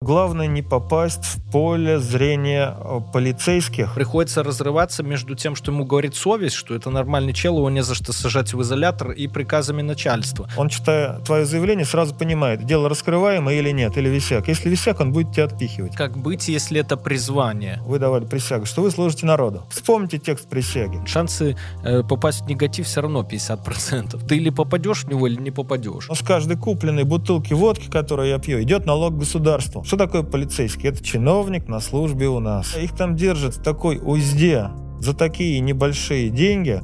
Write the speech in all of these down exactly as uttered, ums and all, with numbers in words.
главное не попасть в поле зрения полицейских. Приходится разрываться между тем, что ему говорит совесть, что это нормальный чел, его не за что сажать в изолятор, и приказами начальства. Он, читая твое заявление, сразу понимает, дело раскрываемое или нет, или висяк. Если висяк, он будет тебя отпихивать. Как быть, если это призвание? Вы давали присягу, что вы служите народу. Вспомните текст присяги. Шансы э, попасть в негатив все равно пятьдесят процентов. Ты или попадешь в него, или не попадешь. Но с каждой купленной бутылки водки, которую я пью, идет налог государству. Что такое полицейский? Это чиновник на службе у нас. Их там держат в такой узде за такие небольшие деньги.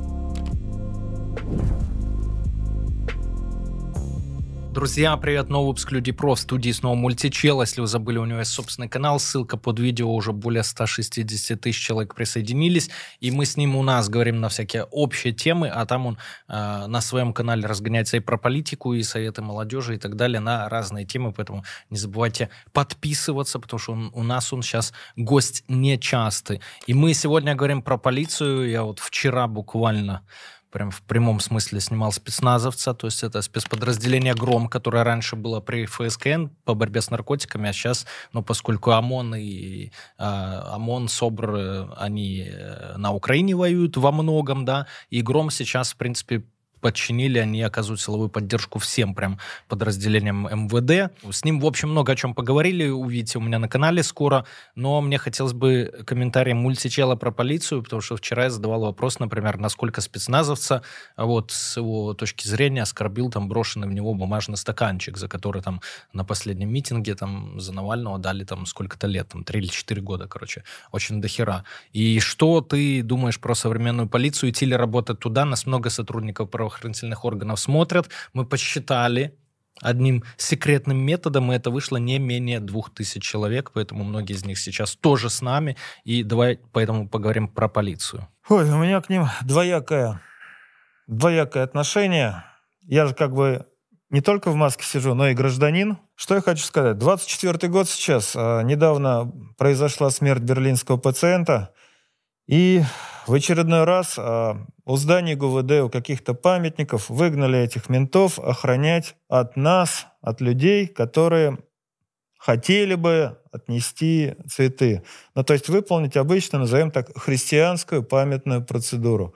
Друзья, привет, новый выпуск Люди Про, в студии снова Мультичел. Если вы забыли, у него есть собственный канал, ссылка под видео, уже более ста шестидесяти тысяч человек присоединились, и мы с ним у нас говорим на всякие общие темы, а там он э, на своем канале разгоняется и про политику, и советы молодежи, и так далее, на разные темы, поэтому не забывайте подписываться, потому что он, у нас он сейчас гость нечастый. И мы сегодня говорим про полицию. Я вот вчера буквально... прям в прямом смысле снимал спецназовца, то есть это спецподразделение «Гром», которое раньше было при эф эс ка эн по борьбе с наркотиками, а сейчас, ну, поскольку ОМОН и э, ОМОН, СОБР, они на Украине воюют во многом, да, и «Гром» сейчас, в принципе, подчинили, они оказывают силовую поддержку всем прям подразделениям эм вэ дэ. С ним, в общем, много о чем поговорили, увидите у меня на канале скоро, но мне хотелось бы комментарий Мультичела про полицию, потому что вчера я задавал вопрос, например, насколько спецназовца, вот с его точки зрения, оскорбил там брошенный в него бумажный стаканчик, за который там на последнем митинге там за Навального дали там сколько-то лет, там три или четыре года, короче, очень дохера. И что ты думаешь про современную полицию? Идти ли работать туда? Нас много сотрудников правоохранительных правоохранительных органов смотрят. Мы посчитали одним секретным методом, и это вышло не менее двух тысяч человек, поэтому многие из них сейчас тоже с нами. И давай поэтому поговорим про полицию. Ой, у меня к ним двоякое, двоякое отношение. Я же как бы не только в маске сижу, но и гражданин. Что я хочу сказать? двадцать четвёртый год сейчас. Недавно произошла смерть берлинского пациента. И в очередной раз а, у зданий гэ вэ дэ, у каких-то памятников выгнали этих ментов охранять от нас, от людей, которые хотели бы отнести цветы. Ну, то есть выполнить обычно, назовем так, христианскую памятную процедуру.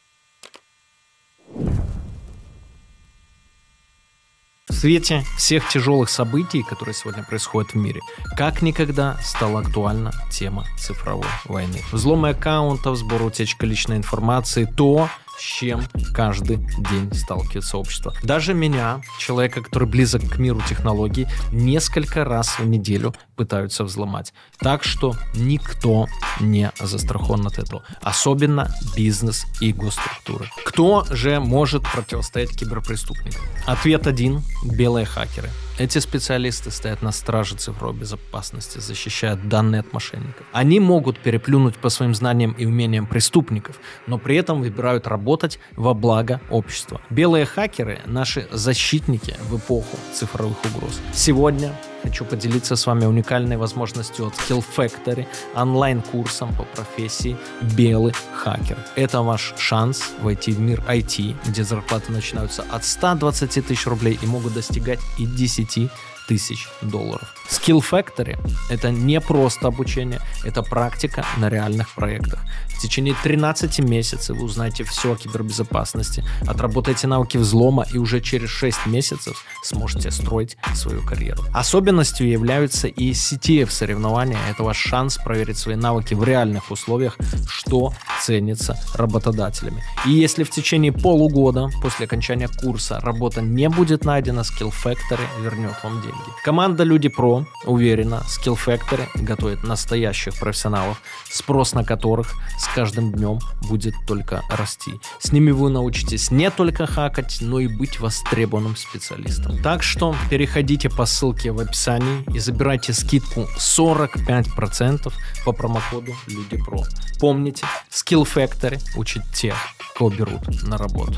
В свете всех тяжелых событий, которые сегодня происходят в мире, как никогда стала актуальна тема цифровой войны. Взломы аккаунтов, сбор, утечка личной информации, то, с чем каждый день сталкивается общество. Даже меня, человека, который близок к миру технологий, несколько раз в неделю пытаются взломать. Так что никто не застрахован от этого. Особенно бизнес и госструктуры. Кто же может противостоять киберпреступникам? Ответ один – белые хакеры. Эти специалисты стоят на страже цифровой безопасности, защищают данные от мошенников. Они могут переплюнуть по своим знаниям и умениям преступников, но при этом выбирают работать во благо общества. Белые хакеры – наши защитники в эпоху цифровых угроз. Сегодня хочу поделиться с вами уникальной возможностью от Skill Factory, онлайн-курсом по профессии «Белый хакер». Это ваш шанс войти в мир ай ти, где зарплаты начинаются от ста двадцати тысяч рублей и могут достигать и десяти тысяч долларов. Skill Factory – это не просто обучение, это практика на реальных проектах. В течение тринадцати месяцев вы узнаете все о кибербезопасности, отработаете навыки взлома и уже через шесть месяцев сможете строить свою карьеру. Особенностью являются и си ти эф-соревнования. Это ваш шанс проверить свои навыки в реальных условиях, что ценится работодателями. И если в течение полугода после окончания курса работа не будет найдена, Skill Factory вернет вам деньги. Команда Люди Про уверена, Skill Factory готовит настоящих профессионалов, спрос на которых с каждым днем будет только расти. С ними вы научитесь не только хакать, но и быть востребованным специалистом. Так что переходите по ссылке в описании и забирайте скидку сорок пять процентов по промокоду Люди Про. Помните, Skill Factory учит тех, кого берут на работу.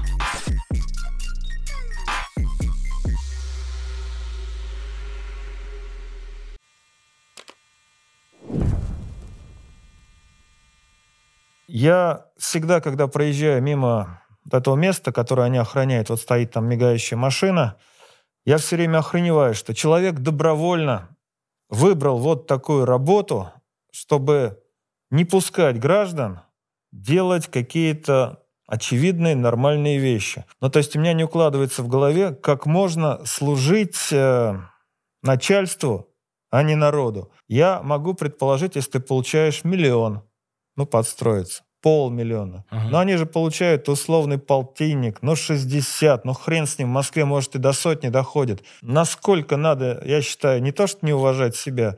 Я всегда, когда проезжаю мимо вот этого места, которое они охраняют, вот стоит там мигающая машина, я все время охреневаю, что человек добровольно выбрал вот такую работу, чтобы не пускать граждан делать какие-то очевидные нормальные вещи. Ну, то есть у меня не укладывается в голове, как можно служить э, начальству, а не народу. Я могу предположить, если ты получаешь миллион, ну, подстроиться, полмиллиона. Uh-huh. Но они же получают условный полтинник, ну, шестьдесят, ну, хрен с ним, в Москве, может, и до сотни доходит. Насколько надо, я считаю, не то, что не уважать себя,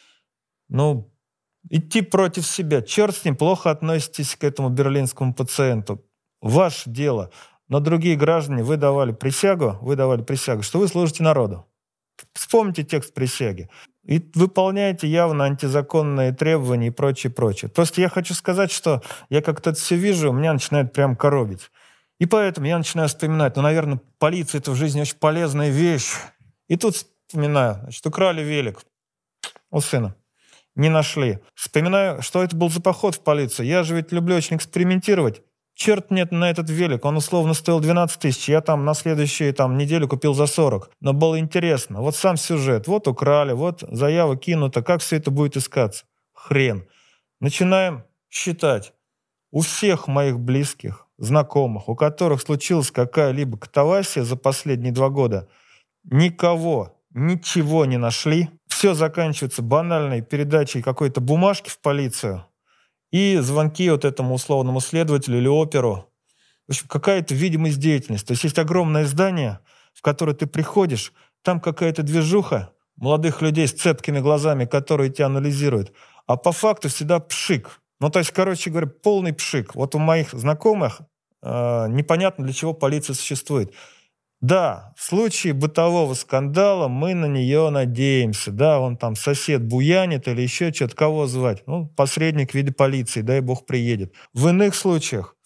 ну, идти против себя. Черт с ним, плохо относитесь к этому берлинскому пациенту. Ваше дело. Но другие граждане, вы давали присягу, вы давали присягу, что вы служите народу. Вспомните текст присяги. И выполняете явно антизаконные требования и прочее, прочее. Просто я хочу сказать, что я как-то это все вижу, меня начинает прям коробить. И поэтому я начинаю вспоминать, ну, наверное, полиция — это в жизни очень полезная вещь. И тут вспоминаю, значит, украли велик у сына. Не нашли. Вспоминаю, что это был за поход в полицию. Я же ведь люблю очень экспериментировать. Черт нет на этот велик, он условно стоил двенадцать тысяч, я там на следующую там, неделю купил за сорок. Но было интересно. Вот сам сюжет, вот украли, вот заява кинута, как все это будет искаться? Хрен. Начинаем считать. У всех моих близких, знакомых, у которых случилась какая-либо катавасия за последние два года, никого, ничего не нашли. Все заканчивается банальной передачей какой-то бумажки в полицию и звонки вот этому условному следователю или оперу. В общем, какая-то видимость деятельности. То есть есть огромное здание, в которое ты приходишь, там какая-то движуха молодых людей с цепкими глазами, которые тебя анализируют. А по факту всегда пшик. Ну, то есть, короче говоря, полный пшик. Вот у моих знакомых э, непонятно, для чего полиция существует. Да, в случае бытового скандала мы на нее надеемся. Да, он там сосед буянит или еще что-то, кого звать? Ну, посредник в виде полиции, дай бог приедет. В иных случаях,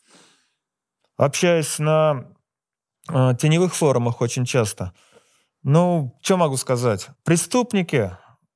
общаясь на э, теневых форумах очень часто, ну, что могу сказать? Преступники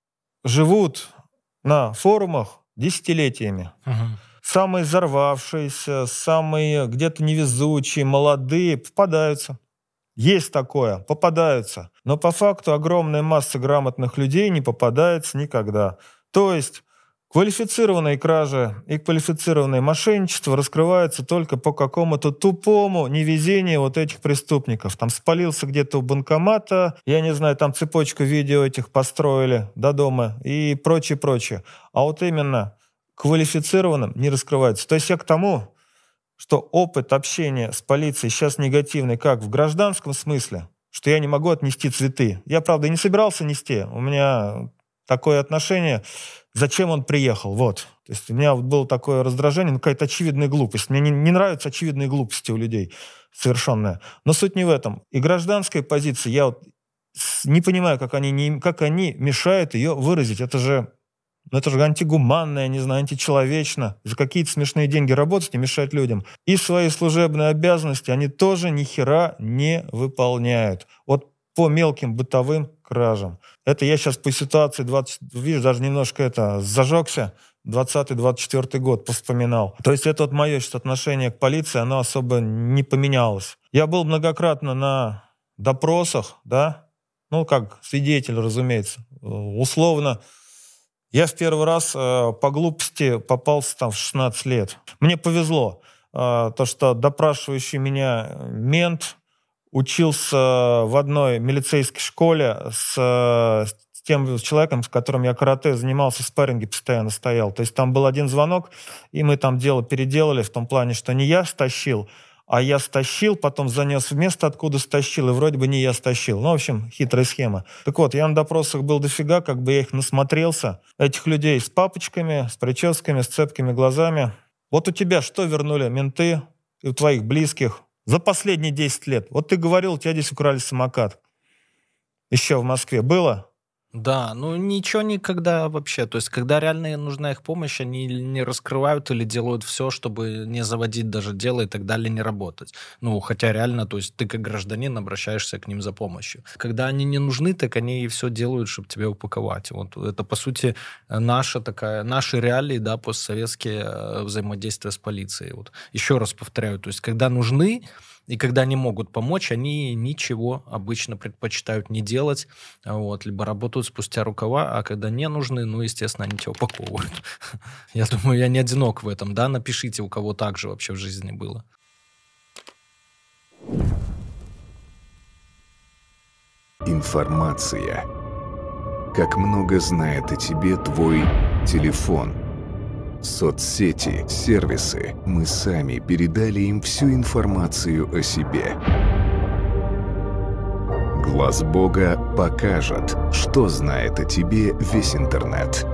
живут на форумах десятилетиями. Угу. Самые взорвавшиеся, самые где-то невезучие, молодые попадаются. Есть такое, попадаются. Но по факту огромная масса грамотных людей не попадается никогда. То есть квалифицированные кражи и квалифицированное мошенничество раскрываются только по какому-то тупому невезению вот этих преступников. Там спалился где-то у банкомата, я не знаю, там цепочку видео этих построили до дома и прочее, прочее. А вот именно квалифицированным не раскрывается. То есть я к тому, что опыт общения с полицией сейчас негативный как в гражданском смысле, что я не могу отнести цветы. Я, правда, и не собирался нести. У меня такое отношение, зачем он приехал, вот. То есть у меня было такое раздражение, ну, какая-то очевидная глупость. Мне не, не нравятся очевидные глупости у людей совершенные. Но суть не в этом. И гражданская позиция, я вот не понимаю, как они, не, как они мешают ее выразить. Это же... Но это же антигуманно, я не знаю, античеловечно. За какие-то смешные деньги работать и мешать людям. И свои служебные обязанности они тоже ни хера не выполняют. Вот по мелким бытовым кражам. Это я сейчас по ситуации двадцать, видишь, даже немножко это зажегся. двадцатый-двадцать четвёртый год повспоминал. То есть это вот мое сейчас отношение к полиции, оно особо не поменялось. Я был многократно на допросах, да, ну как свидетель, разумеется, условно. Я в первый раз э, по глупости попался там в шестнадцать лет. Мне повезло, э, то, что допрашивающий меня мент учился в одной милицейской школе с, с тем человеком, с которым я карате занимался, в спарринге постоянно стоял. То есть там был один звонок, и мы там дело переделали в том плане, что не я стащил, а я стащил, потом занес в место, откуда стащил, и вроде бы не я стащил. Ну, в общем, хитрая схема. Так вот, я на допросах был дофига, как бы я их насмотрелся. Этих людей с папочками, с прическами, с цепкими глазами. Вот у тебя что вернули менты и у твоих близких за последние десять лет? Вот ты говорил, у тебя здесь украли самокат. Еще в Москве было? Да, ну ничего никогда вообще. То есть, когда реально нужна их помощь, они не раскрывают или делают все, чтобы не заводить даже дело и так далее, не работать. Ну, хотя реально, то есть ты как гражданин обращаешься к ним за помощью. Когда они не нужны, так они и все делают, чтобы тебя упаковать. Вот это, по сути, наша такая, наши реалии, да, постсоветские взаимодействия с полицией. Вот. Еще раз повторяю, то есть, когда нужны, и когда они могут помочь, они ничего обычно предпочитают не делать, вот, либо работают спустя рукава, а когда не нужны, ну, естественно, они тебя упаковывают. Я думаю, я не одинок в этом, да? Напишите, у кого так же вообще в жизни было. Информация. Как много знает о тебе твой телефон. Соцсети, сервисы. Мы сами передали им всю информацию о себе. Глаз Бога покажет, что знает о тебе весь интернет.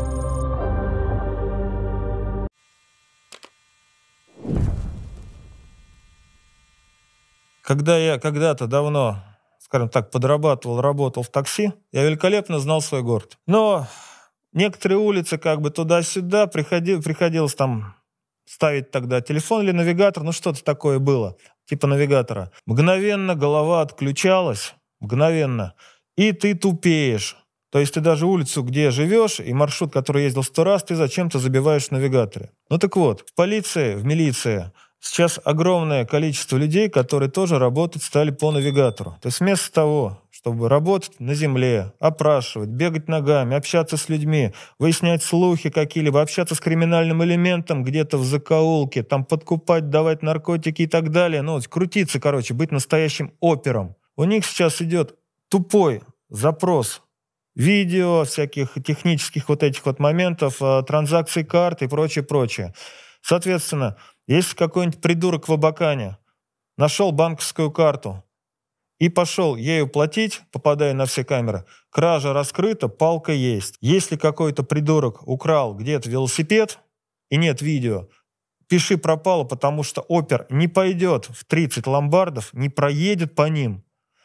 Когда я когда-то давно, скажем так, подрабатывал, работал в такси, я великолепно знал свой город. Но некоторые улицы как бы туда-сюда, приходи, приходилось там ставить тогда телефон или навигатор, ну что-то такое было, типа навигатора. Мгновенно голова отключалась, мгновенно, и ты тупеешь. То есть ты даже улицу, где живешь, и маршрут, который ездил сто раз, ты зачем-то забиваешь в навигаторе. Ну так вот, в полиции, в милиции сейчас огромное количество людей, которые тоже работать стали по навигатору. То есть вместо того, чтобы работать на земле, опрашивать, бегать ногами, общаться с людьми, выяснять слухи какие-либо, общаться с криминальным элементом где-то в закоулке, там подкупать, давать наркотики и так далее, ну, крутиться, короче, быть настоящим опером. У них сейчас идет тупой запрос видео, всяких технических вот этих вот моментов, транзакций карт и прочее, прочее. Соответственно, если какой-нибудь придурок в Абакане нашел банковскую карту и пошел ею платить, попадая на все камеры, кража раскрыта, палка есть. Если какой-то придурок украл где-то велосипед и нет видео, пиши пропало, потому что опер не пойдет в тридцать ломбардов, не проедет по ним,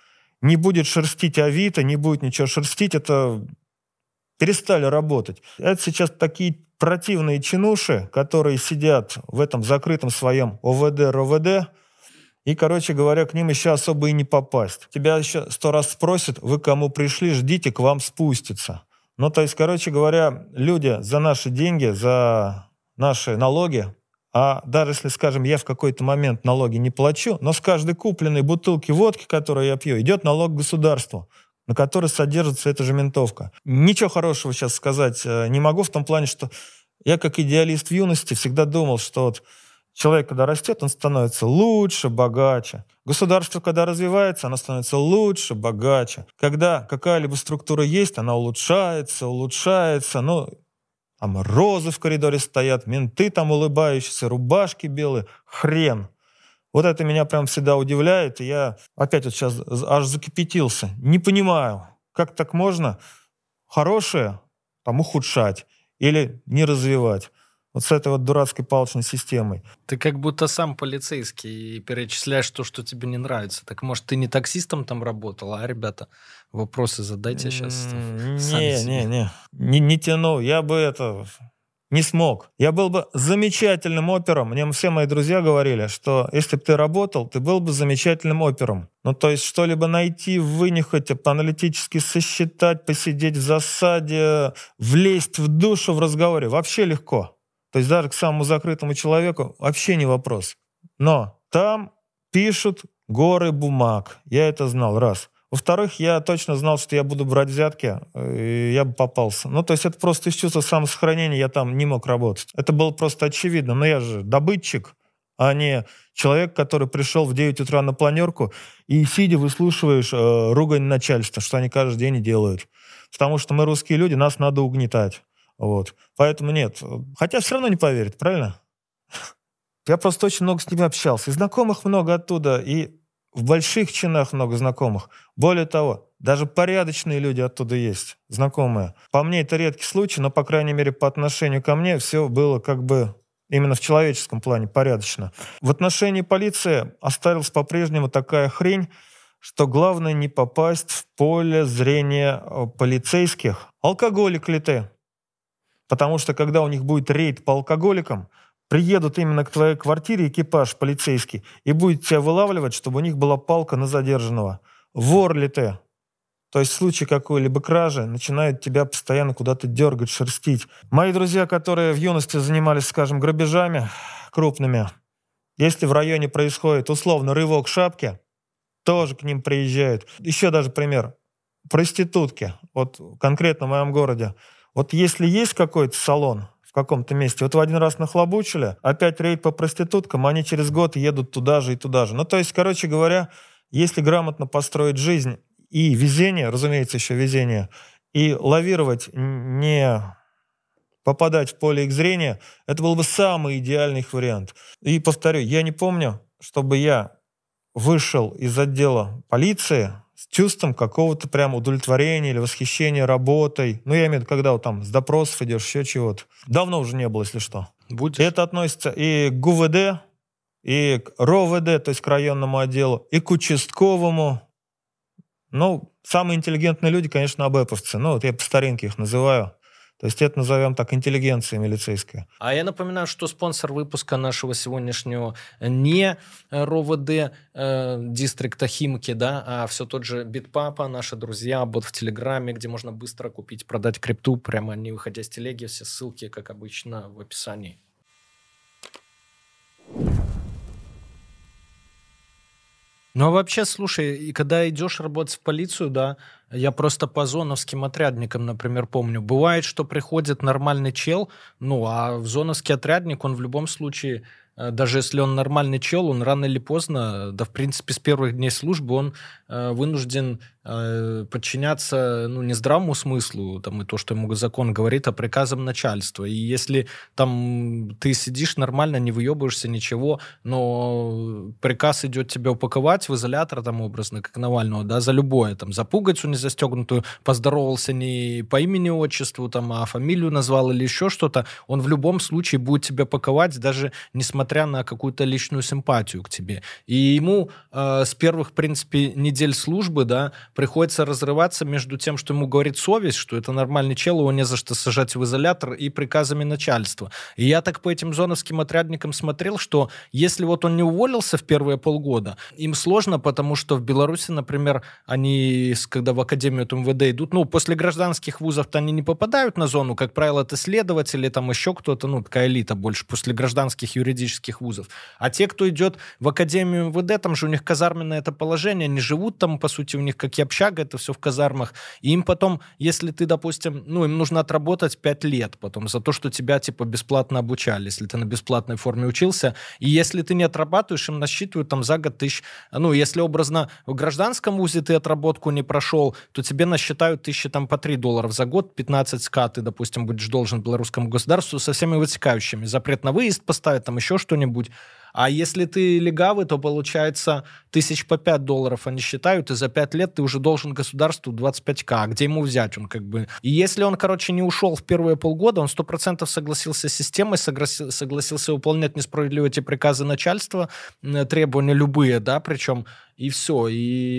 не будет шерстить Авито, не будет ничего шерстить, это перестали работать. Это сейчас такие противные чинуши, которые сидят в этом закрытом своем ОВД, РОВД, и, короче говоря, к ним еще особо и не попасть. Тебя еще сто раз спросят, вы кому пришли, ждите, к вам спустится. Ну, то есть, короче говоря, люди за наши деньги, за наши налоги, а даже если, скажем, я в какой-то момент налоги не плачу, но с каждой купленной бутылки водки, которую я пью, идет налог государству, на который содержится эта же ментовка. Ничего хорошего сейчас сказать не могу в том плане, что я как идеалист в юности всегда думал, что вот человек, когда растет, он становится лучше, богаче. Государство, когда развивается, оно становится лучше, богаче. Когда какая-либо структура есть, она улучшается, улучшается. Ну, там розы в коридоре стоят, менты там улыбающиеся, рубашки белые. Хрен. Вот это меня прям всегда удивляет, и я опять вот сейчас аж закипятился. Не понимаю, как так можно хорошее там ухудшать или не развивать. Вот с этой вот дурацкой палочной системой. Ты как будто сам полицейский и перечисляешь то, что тебе не нравится. Так может, ты не таксистом там работал, а, ребята, вопросы задайте сейчас. Не, не, не, не, не тяну. Я бы это... не смог. Я был бы замечательным опером. Мне все мои друзья говорили, что если бы ты работал, ты был бы замечательным опером. Ну, то есть что-либо найти, вынюхать, аналитически сосчитать, посидеть в засаде, влезть в душу в разговоре. Вообще легко. То есть даже к самому закрытому человеку вообще не вопрос. Но там пишут горы бумаг. Я это знал, раз. Во-вторых, я точно знал, что я буду брать взятки, и я бы попался. Ну, то есть это просто из чувства самосохранения я там не мог работать. Это было просто очевидно. Но я же добытчик, а не человек, который пришел в девять утра на планерку и, сидя, выслушиваешь э, ругань начальства, что они каждый день делают. Потому что мы русские люди, нас надо угнетать. Вот. Поэтому нет. Хотя все равно не поверят, правильно? Я просто очень много с ними общался. И знакомых много оттуда, и в больших чинах много знакомых. Более того, даже порядочные люди оттуда есть, знакомые. По мне это редкий случай, но, по крайней мере, по отношению ко мне все было как бы именно в человеческом плане порядочно. В отношении полиции осталась по-прежнему такая хрень, что главное не попасть в поле зрения полицейских. Алкоголик ли ты? Потому что когда у них будет рейд по алкоголикам, приедут именно к твоей квартире экипаж полицейский и будет тебя вылавливать, чтобы у них была палка на задержанного. Вор ли ты? То есть в случае какой-либо кражи начинают тебя постоянно куда-то дергать, шерстить. Мои друзья, которые в юности занимались, скажем, грабежами крупными, Если в районе происходит условно рывок шапки, тоже к ним приезжают. Еще даже пример. Проститутки. Вот конкретно в моем городе. Вот если есть какой-то салон в каком-то месте, вот в один раз нахлобучили, опять рейд по проституткам, они через год едут туда же и туда же. Ну, то есть, короче говоря, если грамотно построить жизнь и везение, разумеется, еще везение, и лавировать, не попадать в поле их зрения, это был бы самый идеальный вариант. И повторю, я не помню, чтобы я вышел из отдела полиции с чувством какого-то прям удовлетворения или восхищения работой. Ну, я имею в виду, когда вот там с допросов идешь, еще чего-то. Давно уже не было, если что. Будешь? Это относится и к ГУВД, и к РОВД, то есть к районному отделу, и к участковому. Ну, самые интеллигентные люди, конечно, абэповцы. Ну, вот я по старинке их называю. То есть это, назовем так, интеллигенция милицейская. А я напоминаю, что спонсор выпуска нашего сегодняшнего не РОВД э, дистрикта Химки, да, а все тот же Битпапа, наши друзья, бот в Телеграме, где можно быстро купить, продать крипту, прямо не выходя с телеги. Все ссылки, как обычно, в описании. Ну, а вообще, слушай, и когда идешь работать в полицию, да, я просто по зоновским отрядникам, например, помню, бывает, что приходит нормальный чел, ну, а в зоновский отрядник, он в любом случае, даже если он нормальный чел, он рано или поздно, да, в принципе, с первых дней службы он э, вынужден э, подчиняться, ну, не здравому смыслу, там, и то, что ему закон говорит, а приказам начальства. И если там ты сидишь нормально, не выебываешься, ничего, но приказ идет тебя упаковать в изолятор, там, образно, как Навального, да, за любое, там, за пуговицу не застегнутую, поздоровался не по имени-отчеству, там, а фамилию назвал или еще что-то, он в любом случае будет тебя паковать, даже несмотря на какую-то личную симпатию к тебе. И ему э, с первых, в принципе, недель службы, да, приходится разрываться между тем, что ему говорит совесть, что это нормальный чел, его не за что сажать в изолятор, и приказами начальства. И я так по этим зоновским отрядникам смотрел, что если вот он не уволился в первые полгода, им сложно, потому что в Беларуси, например, они, когда в Академию МВД идут, ну, после гражданских вузов-то они не попадают на зону, как правило, это следователи, там еще кто-то, ну, такая элита больше, после гражданских юридических вузов. А те, кто идет в Академию МВД, там же у них казарменное это положение, они живут там, по сути, у них как и общага, это все в казармах. И им потом, если ты, допустим, ну, им нужно отработать пять лет потом за то, что тебя, типа, бесплатно обучали, если ты на бесплатной форме учился. И если ты не отрабатываешь, им насчитывают там за год тысяч... Ну, если образно в гражданском вузе ты отработку не прошел, то тебе насчитают тысячи там по три доллара за год, пятнадцать ска ты, допустим, будешь должен белорусскому государству со всеми вытекающими. Запрет на выезд поставить, там еще что-нибудь. А если ты легавый, то получается тысяч по пять долларов они считают, и за пять лет ты уже должен государству двадцать пять ка. А где ему взять? Он как бы... И если он, короче, не ушел в первые полгода, он сто процентов согласился с системой, согласился, согласился выполнять несправедливые эти приказы начальства, требования любые, да, причем и все.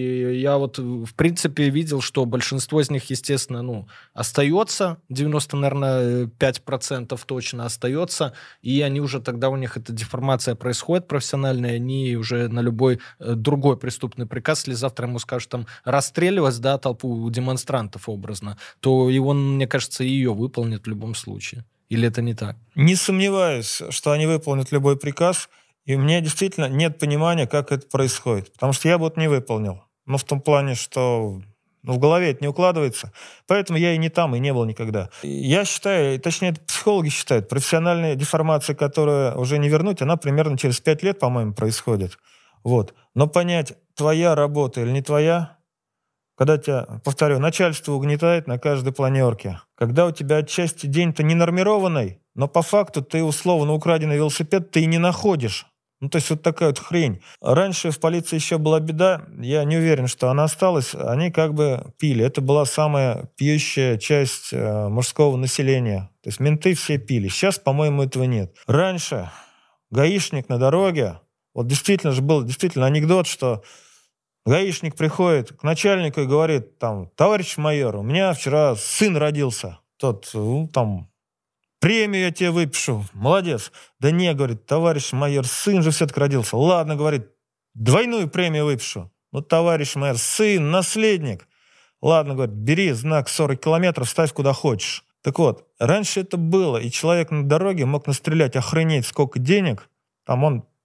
И я вот, в принципе, видел, что большинство из них, естественно, ну, остается, девяносто, наверное, пять процентов точно остается, и они уже тогда, у них эта деформация происходит профессиональная, они уже на любой другой преступный приказ, если завтра ему скажут там расстреливать, да, толпу демонстрантов образно, то и он, мне кажется, ее выполнит в любом случае. Или это не так? Не сомневаюсь, что они выполнят любой приказ. И у меня действительно нет понимания, как это происходит. Потому что я бы вот не выполнил. Ну, в том плане, что ну, в голове это не укладывается. Поэтому я и не там, и не был никогда. Я считаю, точнее, это психологи считают, профессиональная деформация, которую уже не вернуть, она примерно через пять лет, по-моему, происходит. Вот. Но понять, твоя работа или не твоя, когда тебя, повторю, начальство угнетает на каждой планерке, когда у тебя отчасти день-то не нормированный, но по факту ты условно украденный велосипед ты и не находишь. Ну, то есть вот такая вот хрень. Раньше в полиции еще была беда, я не уверен, что она осталась, они как бы пили. Это была самая пьющая часть э, мужского населения. То есть менты все пили. Сейчас, по-моему, этого нет. Раньше гаишник на дороге, вот действительно же был действительно анекдот, что гаишник приходит к начальнику и говорит, там, товарищ майор, у меня вчера сын родился. Тот, ну, там... Премию я тебе выпишу. Молодец. Да не, говорит, товарищ майор, сын же все-таки родился. Ладно, говорит, двойную премию выпишу. Ну, товарищ майор, сын, наследник. Ладно, говорит, бери знак сорок километров, ставь куда хочешь. Так вот, раньше это было, и человек на дороге мог настрелять охренеть сколько денег. Там он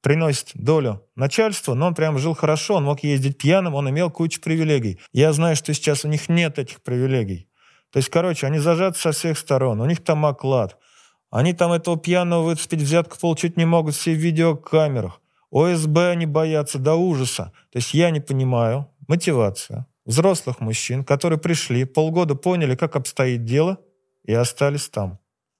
приносит долю начальства, но он прям жил хорошо, он мог ездить пьяным, он имел кучу привилегий. Я знаю, что сейчас у них нет этих привилегий. То есть, короче, они зажаты со всех сторон, у них там оклад. Они там этого пьяного выцепить, взятку получить не могут, все в видеокамерах. ОСБ они боятся до ужаса. То есть я не понимаю мотивацию взрослых мужчин, которые пришли, полгода поняли, как обстоит дело, и остались там.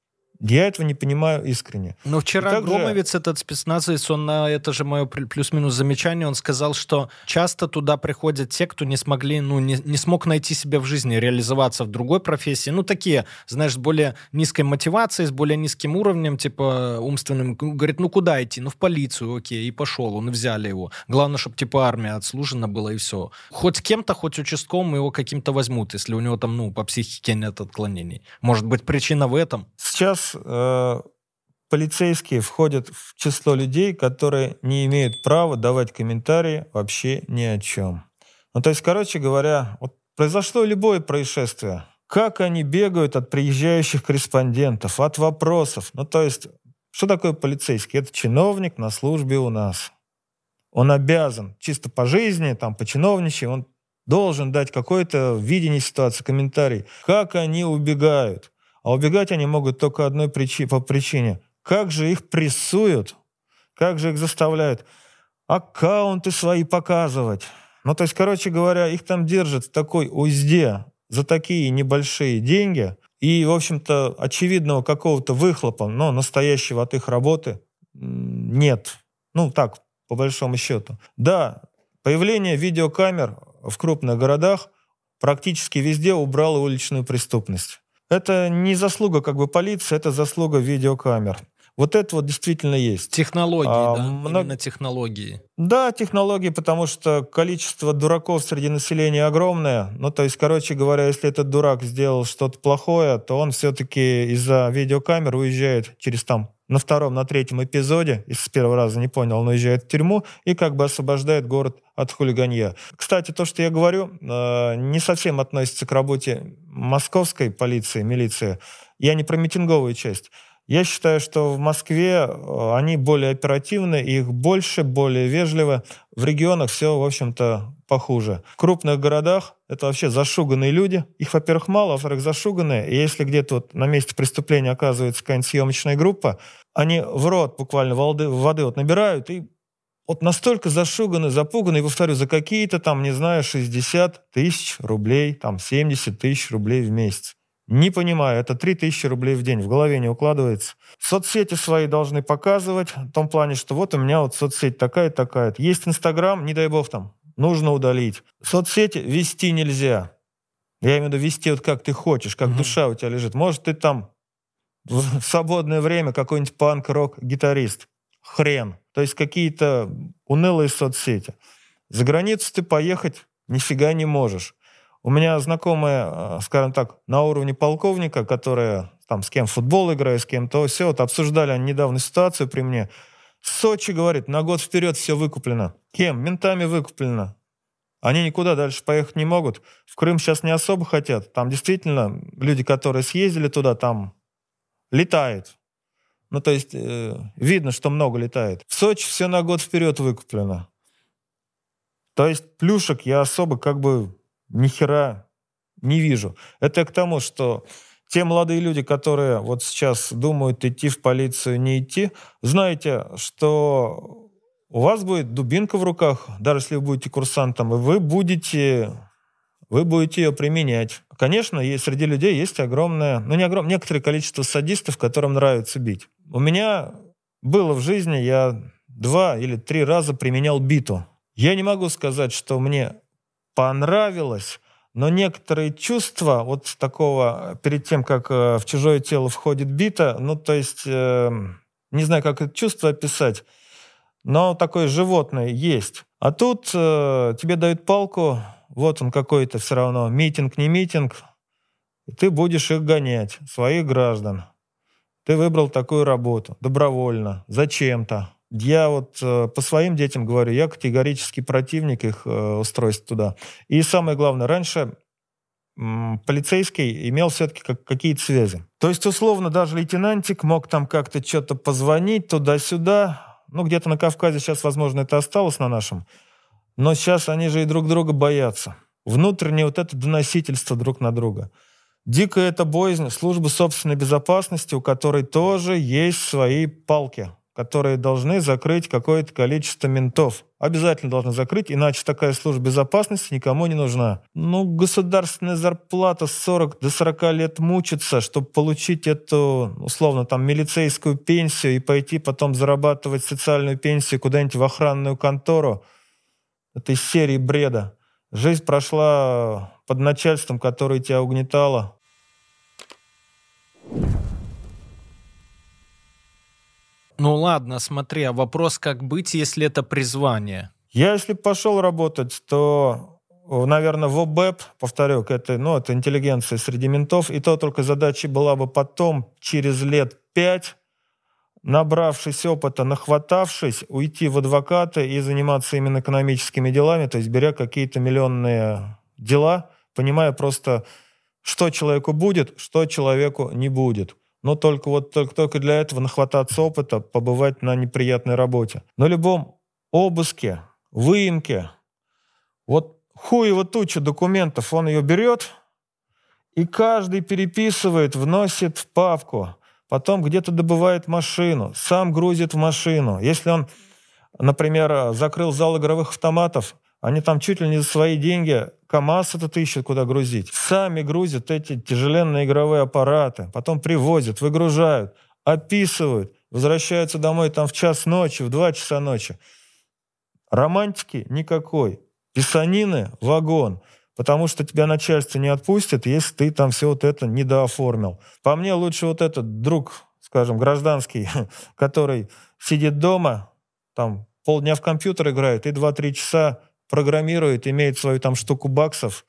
Я этого не понимаю искренне. Но вчера также... Громовец, этот спецназовец, он на это же мое плюс-минус замечание, он сказал, что часто туда приходят те, кто не смогли, ну, не, не смог найти себя в жизни, реализоваться в другой профессии. Ну, такие, знаешь, с более низкой мотивацией, с более низким уровнем, типа, умственным. Говорит, ну, куда идти? Ну, в полицию, окей, и пошел, он, и взяли его. Главное, чтобы, типа, армия отслужена была, и все. Хоть кем-то, хоть участковым его каким-то возьмут, если у него там, ну, по психике нет отклонений. Может быть, причина в этом? Сейчас полицейские входят в число людей, которые не имеют права давать комментарии вообще ни о чем. Ну, то есть, короче говоря, вот произошло любое происшествие. Как они бегают от приезжающих корреспондентов, от вопросов. Ну, то есть, что такое полицейский? Это чиновник на службе у нас. Он обязан чисто по жизни, там, по чиновничьи, он должен дать какое-то видение ситуации, комментарий. Как они убегают? А убегать они могут только одной причине, по причине. Как же их прессуют, как же их заставляют аккаунты свои показывать. Ну, то есть, короче говоря, их там держат в такой узде за такие небольшие деньги. И, в общем-то, очевидного какого-то выхлопа, но настоящего от их работы нет. Ну, так, по большому счету. Да, появление видеокамер в крупных городах практически везде убрало уличную преступность. Это не заслуга как бы полиции, это заслуга видеокамер. Вот это вот действительно есть. Технологии, а, да? Много... Именно технологии. Да, технологии, потому что количество дураков среди населения огромное. Ну, то есть, короче говоря, если этот дурак сделал что-то плохое, то он все-таки из-за видеокамер уезжает через там на втором, на третьем эпизоде, если с первого раза не понял, он уезжает в тюрьму и как бы освобождает город от хулиганья. Кстати, то, что я говорю, не совсем относится к работе московской полиции, милиции. Я не про митинговую часть. Я считаю, что в Москве они более оперативны, их больше, более вежливо. В регионах все, в общем-то, похуже. В крупных городах это вообще зашуганные люди. Их, во-первых, мало, а во-вторых, зашуганные. И если где-то вот на месте преступления оказывается какая-нибудь съемочная группа, они в рот буквально воды, воды вот набирают и вот настолько зашуганы, запуганы, и, повторю, за какие-то там, не знаю, шестьдесят тысяч рублей, там семьдесят тысяч рублей в месяц. Не понимаю, это три тысячи рублей в день, в голове не укладывается. Соцсети свои должны показывать в том плане, что вот у меня вот соцсеть такая-такая. Есть Инстаграм, не дай бог там, нужно удалить. Соцсети вести нельзя. Я имею в виду вести вот как ты хочешь, как mm-hmm. душа у тебя лежит. Может, ты там в свободное время какой-нибудь панк-рок-гитарист. Хрен. То есть какие-то унылые соцсети. За границу ты поехать нифига не можешь. У меня знакомая, скажем так, на уровне полковника, которая там с кем в футбол играет, с кем то все, вот обсуждали они недавно ситуацию при мне. Сочи, говорит, на год вперед все выкуплено. Кем? Ментами выкуплено. Они никуда дальше поехать не могут. В Крым сейчас не особо хотят. Там действительно люди, которые съездили туда, там летают. Ну, то есть э, видно, что много летает. В Сочи все на год вперед выкуплено. То есть плюшек я особо как бы ни хера не вижу. Это к тому, что те молодые люди, которые вот сейчас думают идти в полицию, не идти, знаете, что у вас будет дубинка в руках, даже если вы будете курсантом, и вы будете, вы будете ее применять. Конечно, есть, среди людей есть огромное, ну не огромное, некоторое количество садистов, которым нравится бить. У меня было в жизни, я два или три раза применял биту. Я не могу сказать, что мне понравилось, но некоторые чувства вот такого, перед тем, как э, в чужое тело входит бита, ну, то есть, э, не знаю, как это чувство описать, но такое животное есть. А тут э, тебе дают палку, вот он какой-то все равно, митинг, не митинг, и ты будешь их гонять, своих граждан. Ты выбрал такую работу, добровольно, зачем-то. Я вот э, по своим детям говорю, я категорически противник их э, устройств туда. И самое главное, раньше м, полицейский имел все-таки как, какие-то связи. То есть, условно, даже лейтенантик мог там как-то что-то позвонить туда-сюда. ну, где-то на Кавказе сейчас, возможно, это осталось на нашем, но сейчас они же и друг друга боятся. Внутреннее вот это доносительство друг на друга. Дикая это боязнь службы собственной безопасности, у которой тоже есть свои палки, которые должны закрыть какое-то количество ментов. Обязательно должны закрыть, иначе такая служба безопасности никому не нужна. Ну, государственная зарплата с сорока до сорока лет мучиться, чтобы получить эту, условно, там, милицейскую пенсию и пойти потом зарабатывать социальную пенсию куда-нибудь в охранную контору. Это из серии бреда. Жизнь прошла под начальством, которое тебя угнетало. Ну ладно, смотри, а вопрос, как быть, если это призвание? Я, если пошел работать, то, наверное, в ОБЭП, повторю, к этой, ну, это интеллигенция среди ментов, и то только задача была бы потом, через лет пять, набравшись опыта, нахватавшись, уйти в адвокаты и заниматься именно экономическими делами, то есть беря какие-то миллионные дела, понимая просто, что человеку будет, что человеку не будет. Но только вот только, только для этого нахвататься опыта, побывать на неприятной работе. На любом обыске, выемке, вот хуево туча документов, он ее берет, и каждый переписывает, вносит в папку. Потом где-то добывает машину, сам грузит в машину. Если он, например, закрыл зал игровых автоматов, они там чуть ли не за свои деньги КамАЗ этот ищут, куда грузить. Сами грузят эти тяжеленные игровые аппараты, потом привозят, выгружают, описывают, возвращаются домой там в час ночи, в два часа ночи. Романтики никакой. Писанины — вагон. Потому что тебя начальство не отпустит, если ты там все вот это недооформил. По мне лучше вот этот друг, скажем, гражданский, который сидит дома, там полдня в компьютер играет и два-три часа программирует, имеет свою там штуку баксов.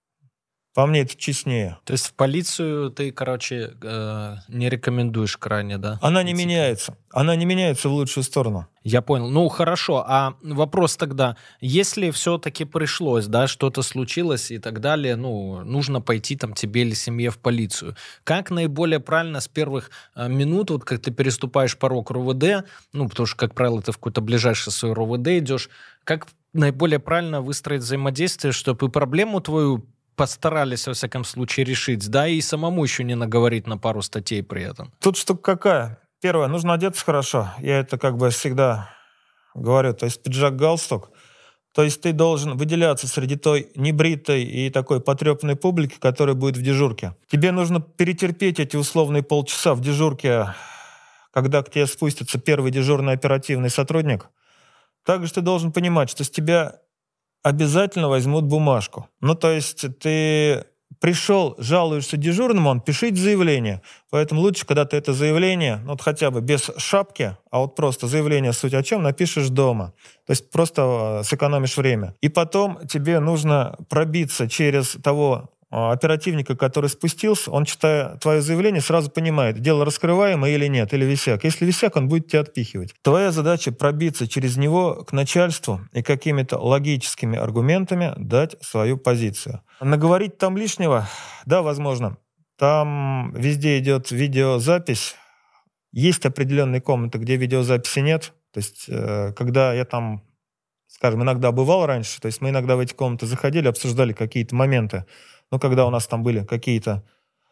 По мне это честнее. То есть в полицию ты, короче, э, не рекомендуешь крайне, да? Она не меняется. Она не меняется в лучшую сторону. Я понял. Ну, хорошо. А вопрос тогда, если все-таки пришлось, да, что-то случилось и так далее, ну, нужно пойти там тебе или семье в полицию. Как наиболее правильно с первых э, минут, вот как ты переступаешь порог РОВД, ну, потому что, как правило, ты в какой-то ближайший свой РОВД идешь, как наиболее правильно выстроить взаимодействие, чтобы и проблему твою постарались, во всяком случае, решить, да, и самому еще не наговорить на пару статей при этом. Тут штука какая? Первое, нужно одеться хорошо. Я это как бы всегда говорю. То есть пиджак-галстук. То есть ты должен выделяться среди той небритой и такой потрепанной публики, которая будет в дежурке. Тебе нужно перетерпеть эти условные полчаса в дежурке, когда к тебе спустится первый дежурный оперативный сотрудник. Также ты должен понимать, что с тебя обязательно возьмут бумажку. Ну, то есть ты пришел, жалуешься дежурному, он пишет заявление. Поэтому лучше, когда ты это заявление, ну, вот хотя бы без шапки, а вот просто заявление, суть о чем, напишешь дома. То есть просто сэкономишь время. И потом тебе нужно пробиться через того оперативника, который спустился, он, читая твое заявление, сразу понимает, дело раскрываемое или нет, или висяк. Если висяк, он будет тебя отпихивать. Твоя задача пробиться через него к начальству и какими-то логическими аргументами дать свою позицию. Наговорить там лишнего, да, возможно. Там везде идет видеозапись. Есть определенные комнаты, где видеозаписи нет. То есть, когда я там, скажем, иногда бывал раньше, то есть мы иногда в эти комнаты заходили, обсуждали какие-то моменты. Ну, когда у нас там были какие-то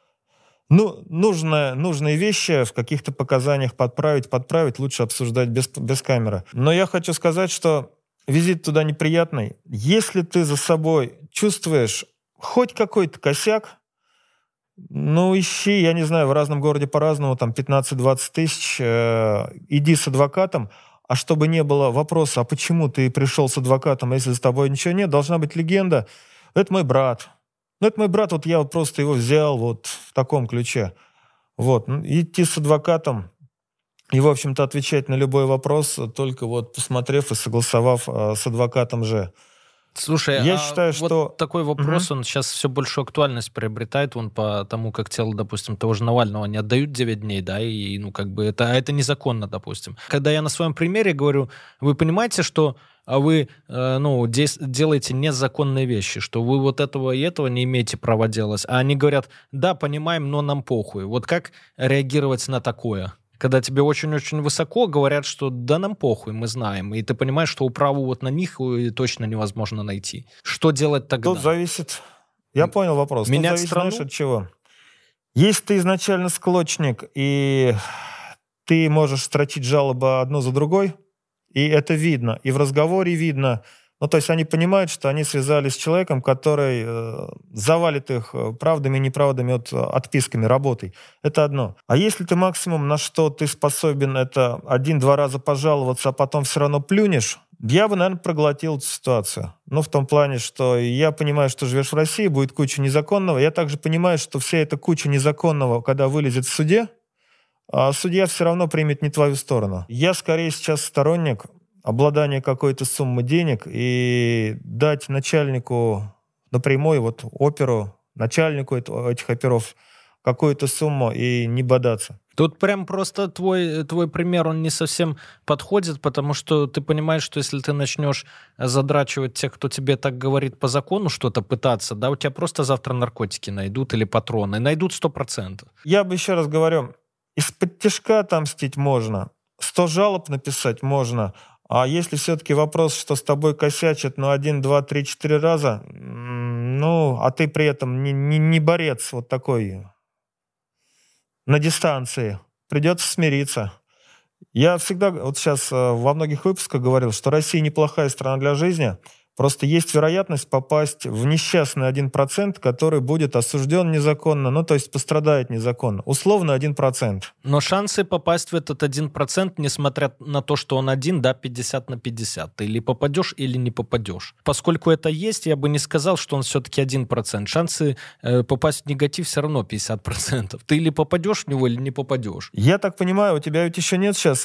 ну, нужные, нужные вещи в каких-то показаниях подправить, подправить, лучше обсуждать без, без камеры. Но я хочу сказать, что визит туда неприятный. Если ты за собой чувствуешь хоть какой-то косяк, ну, ищи, я не знаю, в разном городе по-разному, там пятнадцать-двадцать тысяч, э, иди с адвокатом, а чтобы не было вопроса, а почему ты пришел с адвокатом, если за тобой ничего нет, должна быть легенда. Это мой брат. Ну, это мой брат, вот я вот просто его взял вот в таком ключе. Вот. Идти с адвокатом и, в общем-то, отвечать на любой вопрос, только вот посмотрев и согласовав э, с адвокатом же. Слушай, я а считаю, вот что... такой вопрос, угу. он сейчас все большую актуальность приобретает, он по тому, как тело, допустим, того же Навального не отдают девять дней, да, и, ну, как бы это, это незаконно, допустим. Когда я на своем примере говорю, вы понимаете, что вы, э, ну, де- делаете незаконные вещи, что вы вот этого и этого не имеете права делать, а они говорят, да, понимаем, но нам похуй. Вот как реагировать на такое? когда тебе очень-очень высоко говорят, что да нам похуй, мы знаем. И ты понимаешь, что управу вот на них точно невозможно найти. Что делать тогда? Тут зависит... Я понял вопрос. Менять Тут зависит, страну? знаешь, от чего? Если ты изначально склочник, и ты можешь строчить жалобы одну за другой, и это видно, и в разговоре видно. Ну, то есть они понимают, что они связались с человеком, который э, завалит их правдами и неправдами, от, отписками, работой. Это одно. А если ты максимум, на что ты способен, это один-два раза пожаловаться, а потом все равно плюнешь, я бы, наверное, проглотил эту ситуацию. Ну, в том плане, что я понимаю, что живешь в России, будет куча незаконного. Я также понимаю, что вся эта куча незаконного, когда вылезет в суде, а судья все равно примет не твою сторону. Я скорее сейчас сторонник обладания какой-то суммы денег и дать начальнику напрямую, вот оперу, начальнику этих оперов какую-то сумму и не бодаться. Тут прям просто твой, твой пример, он не совсем подходит, потому что ты понимаешь, что если ты начнешь задрачивать тех, кто тебе так говорит по закону, что-то пытаться, да, у тебя просто завтра наркотики найдут или патроны. Найдут сто процентов. Я бы еще раз говорю, из-под тяжка отомстить можно, сто жалоб написать можно, а если все-таки вопрос, что с тобой косячат, ну, один, два, три, четыре раза, ну, а ты при этом не, не, не борец вот такой на дистанции, придется смириться. Я всегда, вот сейчас во многих выпусках говорил, что Россия неплохая страна для жизни, просто есть вероятность попасть в несчастный один процент, который будет осужден незаконно, ну, то есть пострадает незаконно. Условно один процент. Но шансы попасть в этот один процент, несмотря на то, что он один, да, пятьдесят на пятьдесят. Ты или попадешь, или не попадешь. Поскольку это есть, я бы не сказал, что он все-таки один процент. Шансы э, попасть в негатив все равно пятьдесят процентов. Ты или попадешь в него, или не попадешь. Я так понимаю, у тебя ведь еще нет сейчас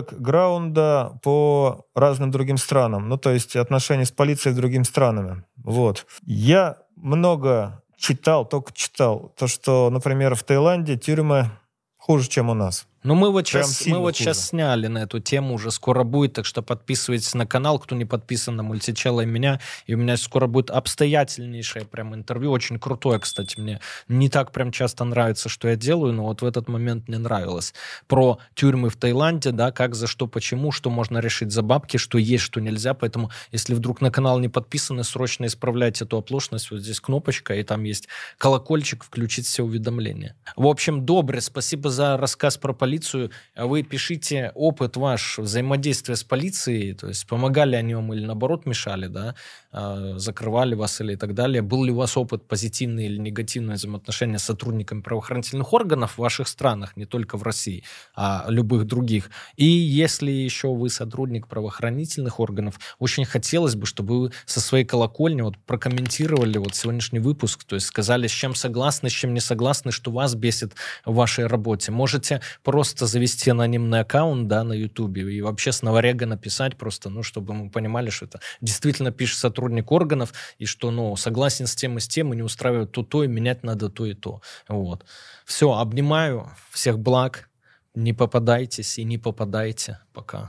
бэкграунда по разным другим странам. Ну, то есть отношения с полицией с другими странами. Вот. Я много читал, только читал, то, что, например, в Таиланде тюрьмы хуже, чем у нас. Ну, мы вот, сейчас, мы вот сейчас сняли на эту тему, уже скоро будет, так что подписывайтесь на канал, кто не подписан на Мультичелло и меня, и у меня скоро будет обстоятельнейшее прям интервью, очень крутое, кстати, мне не так прям часто нравится, что я делаю, но вот в этот момент мне нравилось. Про тюрьмы в Таиланде, да, как, за что, почему, что можно решить за бабки, что есть, что нельзя, поэтому если вдруг на канал не подписаны, срочно исправляйте эту оплошность, вот здесь кнопочка, и там есть колокольчик, включить все уведомления. В общем, добре, спасибо за рассказ про полицию. Вы пишите опыт ваш взаимодействия с полицией, то есть помогали они вам или наоборот мешали, да, закрывали вас или и так далее. Был ли у вас опыт позитивный или негативный взаимоотношения с сотрудниками правоохранительных органов в ваших странах, не только в России, а любых других. И если еще вы сотрудник правоохранительных органов, очень хотелось бы, чтобы вы со своей колокольни вот прокомментировали вот сегодняшний выпуск, то есть сказали, с чем согласны, с чем не согласны, что вас бесит в вашей работе. Можете просто завести анонимный аккаунт, да, на Ютубе и вообще с Новорега написать просто, ну, чтобы мы понимали, что это действительно пишет сотрудник органов и что, ну, согласен с тем и с тем, и не устраивает то-то, и менять надо то и то. Вот. Все, обнимаю, всех благ, не попадайтесь и не попадайте. Пока.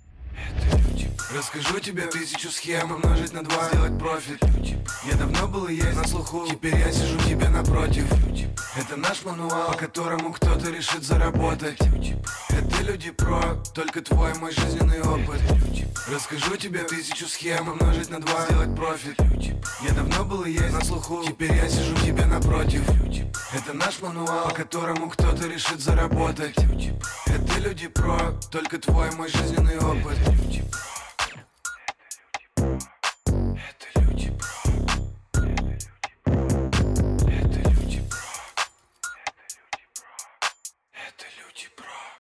Расскажу тебе тысячу схем, умножить на два, сделать профит. Я давно был и есть на слуху, теперь я сижу тебе напротив. Это наш мануал, по которому кто-то решит заработать. Это люди про, только твой мой жизненный опыт. Расскажу тебе тысячу схем, умножить на два, сделать профит. Я давно был и есть на слуху, теперь я сижу тебе напротив. Это наш мануал, по которому кто-то решит заработать. Это люди про, только твой мой жизненный опыт.